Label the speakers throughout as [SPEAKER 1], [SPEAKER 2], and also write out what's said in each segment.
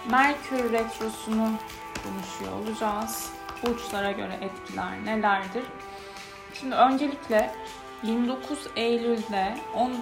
[SPEAKER 1] Merkür Retrosu'nu konuşuyor olacağız. Burçlara göre etkiler nelerdir? Şimdi öncelikle 29 Eylül'de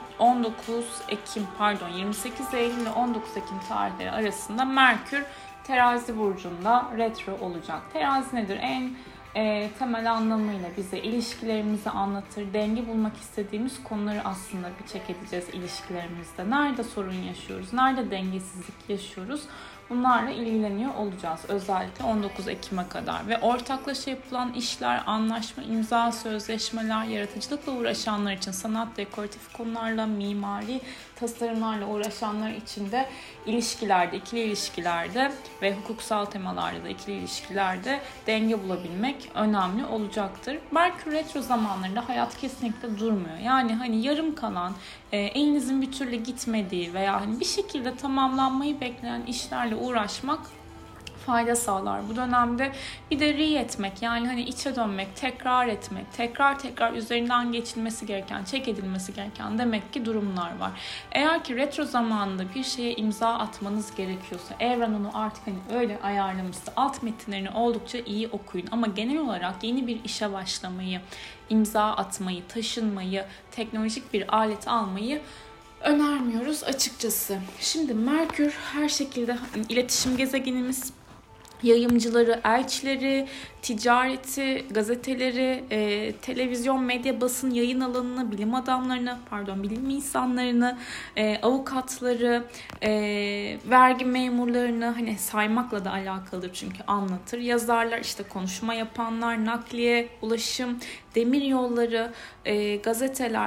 [SPEAKER 1] 28 Eylül ile 19 Ekim tarihleri arasında Merkür Terazi burcunda retro olacak. Terazi nedir? En temel anlamıyla bize ilişkilerimizi anlatır. Denge bulmak istediğimiz konuları aslında bir check edeceğiz ilişkilerimizde. Nerede sorun yaşıyoruz? Nerede dengesizlik yaşıyoruz? Bunlarla ilgileniyor olacağız. Özellikle 19 Ekim'e kadar. Ve ortaklaşa yapılan işler, anlaşma, imza, sözleşmeler, yaratıcılıkla uğraşanlar için, sanat, dekoratif konularla, mimari tasarımlarla uğraşanlar için de ilişkilerde, ikili ilişkilerde ve hukuksal temalarda da ikili ilişkilerde denge bulabilmek önemli olacaktır. Merkür retro zamanlarında hayat kesinlikle durmuyor. Yani hani yarım kalan, elinizin bir türlü gitmediği veya hani bir şekilde tamamlanmayı bekleyen işlerle uğraşmak fayda sağlar. Bu dönemde bir de etmek, yani hani içe dönmek, tekrar etmek, tekrar üzerinden geçilmesi gereken, check edilmesi gereken demek ki durumlar var. Eğer ki retro zamanında bir şeye imza atmanız gerekiyorsa, evren onu artık hani öyle ayarlamışsa alt metinlerini oldukça iyi okuyun. Ama genel olarak yeni bir işe başlamayı, imza atmayı, taşınmayı, teknolojik bir alet almayı önermiyoruz açıkçası. Şimdi Merkür her şekilde iletişim gezegenimiz, yayımcıları, elçileri, ticareti, gazeteleri, televizyon, medya, basın, yayın alanını, bilim insanlarını, avukatları, vergi memurlarını hani saymakla da alakalıdır çünkü anlatır. Yazarlar, işte konuşma yapanlar, nakliye, ulaşım, demir yolları, gazeteler,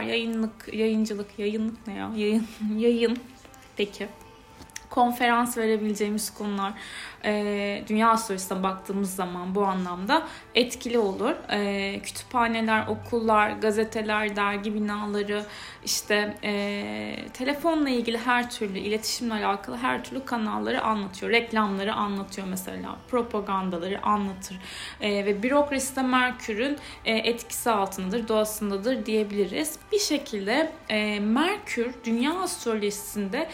[SPEAKER 1] yayın. Peki. Konferans verebileceğimiz konular, dünya astrolojisine baktığımız zaman bu anlamda etkili olur. Kütüphaneler, okullar, gazeteler, dergi binaları, işte telefonla ilgili her türlü, iletişimle alakalı her türlü kanalları anlatıyor. Reklamları anlatıyor mesela, propagandaları anlatır. Ve bürokraside Merkür'ün etkisi altındadır, doğasındadır diyebiliriz. Bir şekilde Merkür dünya astrolojisinde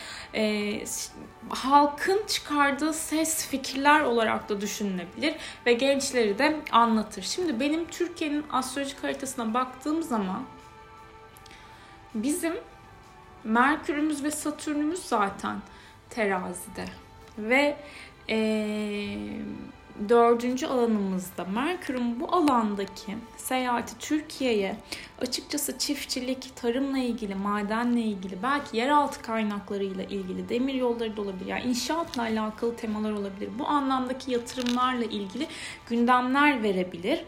[SPEAKER 1] halkın çıkardığı ses, fikirler olarak da düşünülebilir ve gençleri de anlatır. Şimdi benim Türkiye'nin astrolojik haritasına baktığım zaman bizim Merkür'ümüz ve Satürn'ümüz zaten terazide ve 4. alanımızda Merkür'ün bu alandaki seyahati Türkiye'ye açıkçası çiftçilik, tarımla ilgili, madenle ilgili, belki yeraltı kaynaklarıyla ilgili, demir yolları da olabilir. Yani inşaatla alakalı temalar olabilir. Bu anlamdaki yatırımlarla ilgili gündemler verebilir.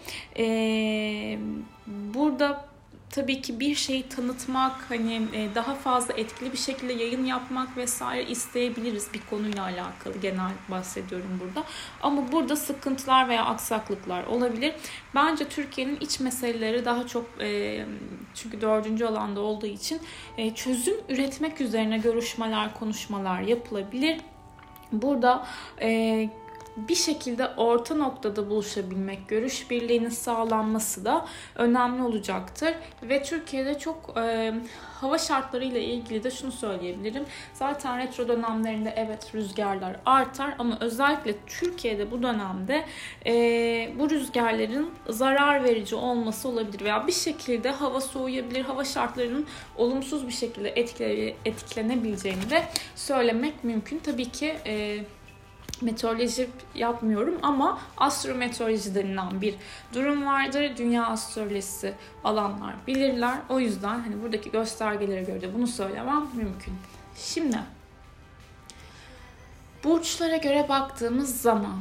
[SPEAKER 1] Burada tabii ki bir şeyi tanıtmak, hani daha fazla etkili bir şekilde yayın yapmak vesaire isteyebiliriz bir konuyla alakalı, genel bahsediyorum burada. Ama burada sıkıntılar veya aksaklıklar olabilir. Bence Türkiye'nin iç meseleleri daha çok, çünkü 4. alanda olduğu için çözüm üretmek üzerine görüşmeler, konuşmalar yapılabilir. Burada bir şekilde orta noktada buluşabilmek, görüş birliğinin sağlanması da önemli olacaktır. Ve Türkiye'de çok hava şartlarıyla ilgili de şunu söyleyebilirim. Zaten retro dönemlerinde evet rüzgarlar artar ama özellikle Türkiye'de bu dönemde bu rüzgarların zarar verici olması olabilir veya bir şekilde hava soğuyabilir, hava şartlarının olumsuz bir şekilde etkilenebileceğini de söylemek mümkün. Tabii ki meteoroloji yapmıyorum ama astrometeoroloji denilen bir durum vardır. Dünya astrolojisi alanlar bilirler. O yüzden hani buradaki göstergelere göre de bunu söylemem mümkün. Şimdi burçlara göre baktığımız zaman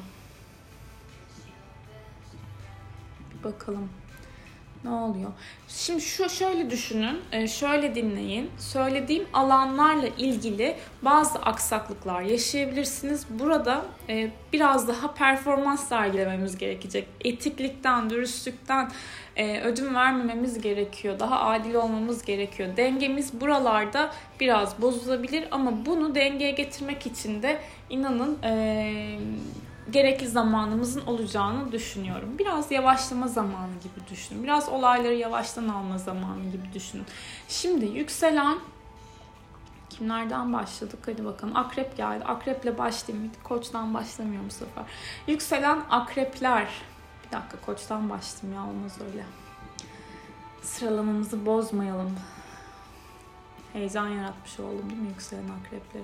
[SPEAKER 1] bir bakalım ne oluyor? Şimdi şöyle düşünün, şöyle dinleyin. Söylediğim alanlarla ilgili bazı aksaklıklar yaşayabilirsiniz. Burada biraz daha performans sergilememiz gerekecek. Etiklikten, dürüstlükten ödün vermememiz gerekiyor. Daha adil olmamız gerekiyor. Dengemiz buralarda biraz bozulabilir ama bunu dengeye getirmek için de inanın gerekli zamanımızın olacağını düşünüyorum. Biraz yavaşlama zamanı gibi düşünün. Biraz olayları yavaştan alma zamanı gibi düşünün. Şimdi yükselen Kimlerden başladık? Hadi bakalım. Akrep geldi. Akreple başlayayım. Koç'tan başlamıyorum bu sefer. Yükselen akrepler. Bir dakika, Koç'tan başlayayım ya, olmaz öyle. Sıralamamızı bozmayalım. Heyecan yaratmış oldum değil mi yükselen akreplere?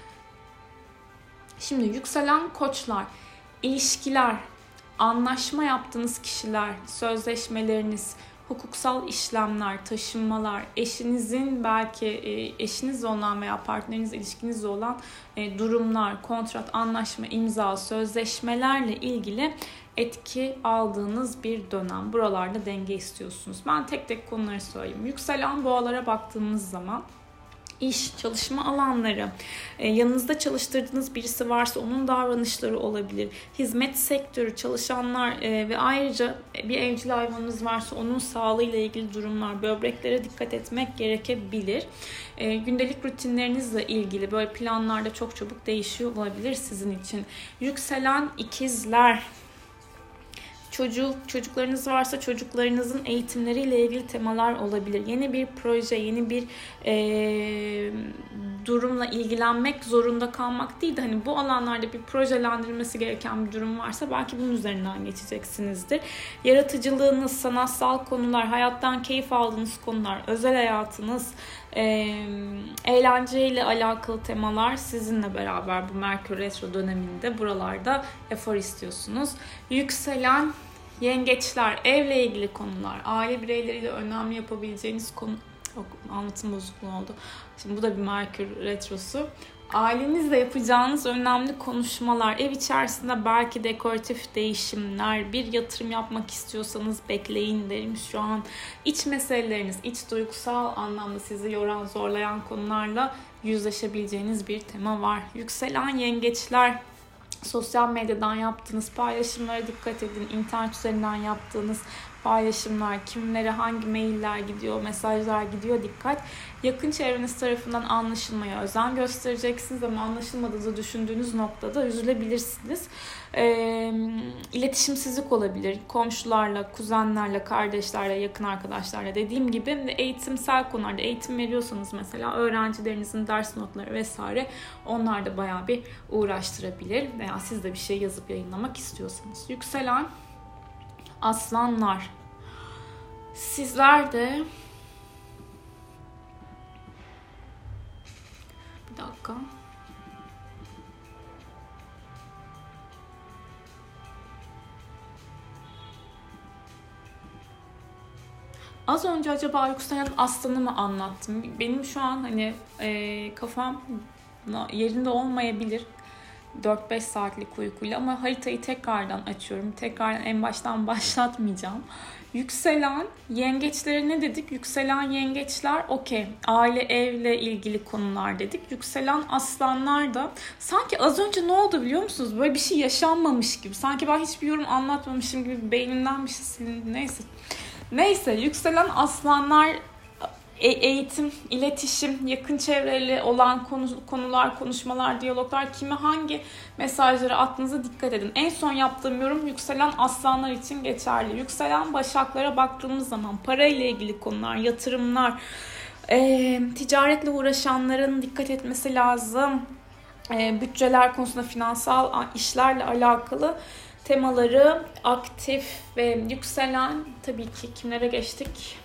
[SPEAKER 1] Şimdi yükselen Koçlar, ilişkiler, anlaşma yaptığınız kişiler, sözleşmeleriniz, hukuksal işlemler, taşınmalar, eşinizin belki eşinizle olan veya partnerinizle ilişkinizle olan durumlar, kontrat, anlaşma, imza, sözleşmelerle ilgili etki aldığınız bir dönem. Buralarda denge istiyorsunuz. Ben tek tek konuları söyleyeyim. Yükselen boğalara baktığımız zaman İş, çalışma alanları, yanınızda çalıştırdığınız birisi varsa onun davranışları olabilir. Hizmet sektörü, çalışanlar ve ayrıca bir evcil hayvanınız varsa onun sağlığıyla ilgili durumlar, böbreklere dikkat etmek gerekebilir. Gündelik rutinlerinizle ilgili böyle planlarda çok çabuk değişiyor olabilir sizin için. Yükselen ikizler. Çocuklarınız varsa çocuklarınızın eğitimleriyle ilgili temalar olabilir. Yeni bir proje, yeni bir durumla ilgilenmek zorunda kalmak değil de hani bu alanlarda bir projelendirilmesi gereken bir durum varsa belki bunun üzerinden geçeceksinizdir. Yaratıcılığınız, sanatsal konular, hayattan keyif aldığınız konular, özel hayatınız, eğlenceyle alakalı temalar sizinle beraber bu Merkür Retro döneminde buralarda efor istiyorsunuz. Yükselen yengeçler, evle ilgili konular, aile bireyleriyle önemli yapabileceğiniz konu, anlatım bozukluğu oldu. Şimdi bu da bir Merkür Retrosu. Ailenizle yapacağınız önemli konuşmalar, ev içerisinde belki dekoratif değişimler, bir yatırım yapmak istiyorsanız bekleyin derim şu an. İç meseleleriniz, iç duygusal anlamda sizi yoran, zorlayan konularla yüzleşebileceğiniz bir tema var. Yükselen yengeçler, sosyal medyadan yaptığınız paylaşımlara dikkat edin. İnternet üzerinden yaptığınız paylaşımlar, kimlere hangi mailler gidiyor, mesajlar gidiyor, dikkat. Yakın çevreniz tarafından anlaşılmaya özen göstereceksiniz ama anlaşılmadığınızı düşündüğünüz noktada üzülebilirsiniz. İletişimsizlik olabilir. Komşularla, kuzenlerle, kardeşlerle, yakın arkadaşlarla, dediğim gibi eğitimsel konularda eğitim veriyorsanız mesela öğrencilerinizin ders notları vesaire, onlar da bayağı bir uğraştırabilir veya siz de bir şey yazıp yayınlamak istiyorsanız. Yükselen aslanlar, sizler de bir dakika. Az önce acaba yükselen aslanı mı anlattım? Benim şu an hani kafam yerinde olmayabilir. 4-5 saatlik uykuyla ama haritayı tekrardan açıyorum. Tekrardan en baştan başlatmayacağım. Yükselen yengeçlere ne dedik? Yükselen yengeçler okey. Aile, evle ilgili konular dedik. Yükselen aslanlar da sanki az önce ne oldu biliyor musunuz? Böyle bir şey yaşanmamış gibi. Sanki ben hiçbir yorum anlatmamışım gibi beynimden bir şey silindi. Neyse yükselen aslanlar eğitim, iletişim, yakın çevreyle olan konular, konuşmalar, diyaloglar, kime hangi mesajları attığınıza dikkat edin. En son yaptığım yorum yükselen aslanlar için geçerli. Yükselen başaklara baktığımız zaman parayla ilgili konular, yatırımlar, ticaretle uğraşanların dikkat etmesi lazım. Bütçeler konusunda finansal işlerle alakalı temaları aktif ve yükselen, tabii ki kimlere geçtik?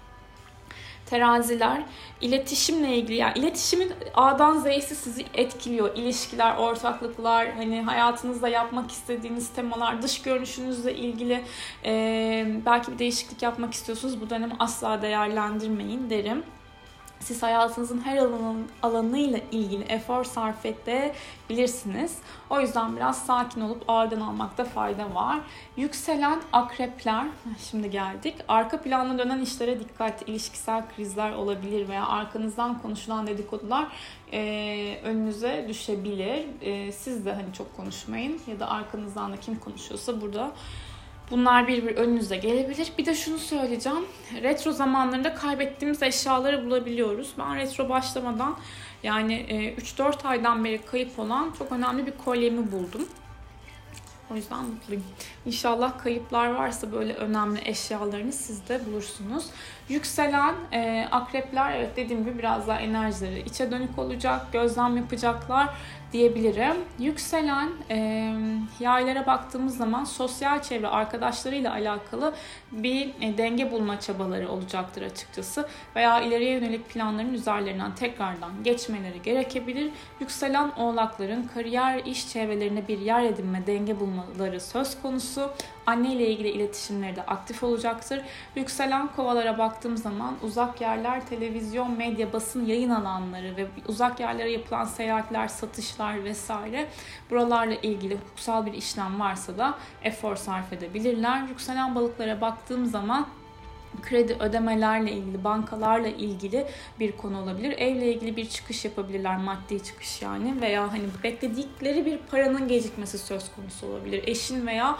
[SPEAKER 1] Teraziler, iletişimle ilgili, yani iletişimin A'dan Z'si sizi etkiliyor. İlişkiler, ortaklıklar, hani hayatınızda yapmak istediğiniz temalar, dış görünüşünüzle ilgili belki bir değişiklik yapmak istiyorsunuz. Bu dönemi asla değerlendirmeyin derim. Siz hayatınızın her alanıyla ilgili efor sarf edebilirsiniz. O yüzden biraz sakin olup ağırdan almakta fayda var. Yükselen akrepler, şimdi geldik. Arka planda dönen işlere dikkat, ilişkisel krizler olabilir veya arkanızdan konuşulan dedikodular önünüze düşebilir. Siz de hani çok konuşmayın ya da arkanızdan da kim konuşuyorsa burada bunlar bir önünüze gelebilir. Bir de şunu söyleyeceğim. Retro zamanlarında kaybettiğimiz eşyaları bulabiliyoruz. Ben retro başlamadan yani 3-4 aydan beri kayıp olan çok önemli bir kolyemi buldum. O yüzden mutluyum. İnşallah kayıplar varsa böyle önemli eşyalarını siz de bulursunuz. Yükselen akrepler, evet dediğim gibi biraz daha enerjileri içe dönük olacak, gözlem yapacaklar diyebilirim. Yükselen yaylara baktığımız zaman sosyal çevre arkadaşlarıyla alakalı bir denge bulma çabaları olacaktır açıkçası. Veya ileriye yönelik planların üzerlerinden tekrardan geçmeleri gerekebilir. Yükselen oğlakların kariyer, iş çevrelerine bir yer edinme, denge bulmaları söz konusu. Anne ile ilgili iletişimleri de aktif olacaktır. Yükselen kovalara baktığım zaman uzak yerler, televizyon, medya, basın yayın alanları ve uzak yerlere yapılan seyahatler, satışlar vesaire, buralarla ilgili hukuksal bir işlem varsa da efor sarf edebilirler. Yükselen balıklara baktığım zaman kredi ödemelerle ilgili, bankalarla ilgili bir konu olabilir. Evle ilgili bir çıkış yapabilirler, maddi çıkış yani. Veya hani bekledikleri bir paranın gecikmesi söz konusu olabilir. Eşin veya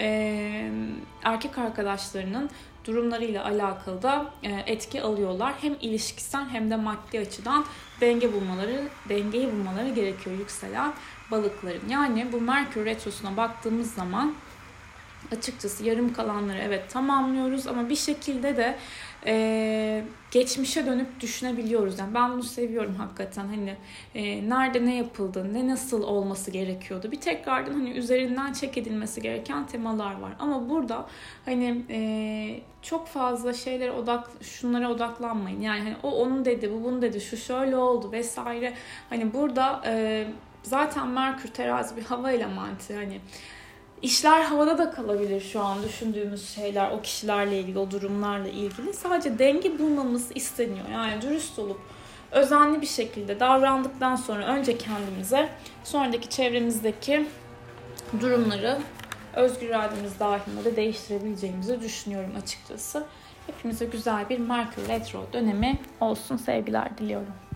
[SPEAKER 1] erkek arkadaşlarının durumlarıyla alakalı da etki alıyorlar. Hem ilişkisel hem de maddi açıdan dengeyi bulmaları gerekiyor yükselen balıkların. Yani bu Merkür Retrosu'na baktığımız zaman açıkçası yarım kalanları evet tamamlıyoruz ama bir şekilde de geçmişe dönüp düşünebiliyoruz. Yani ben bunu seviyorum hakikaten. Hani nerede ne yapıldı, ne nasıl olması gerekiyordu. Bir tekrardan hani üzerinden çek edilmesi gereken temalar var. Ama burada hani çok fazla şunlara odaklanmayın. Yani hani o onun dedi, bu bunu dedi, şu şöyle oldu vesaire. Hani burada zaten Merkür terazi bir hava elementi. Hani İşler havada da kalabilir şu an düşündüğümüz şeyler, o kişilerle ilgili, o durumlarla ilgili. Sadece denge bulmamız isteniyor. Yani dürüst olup özenli bir şekilde davrandıktan sonra önce kendimize, sonraki çevremizdeki durumları özgür irademiz dahilinde de değiştirebileceğimizi düşünüyorum açıkçası. Hepimize güzel bir Merkür Retro dönemi olsun, sevgiler diliyorum.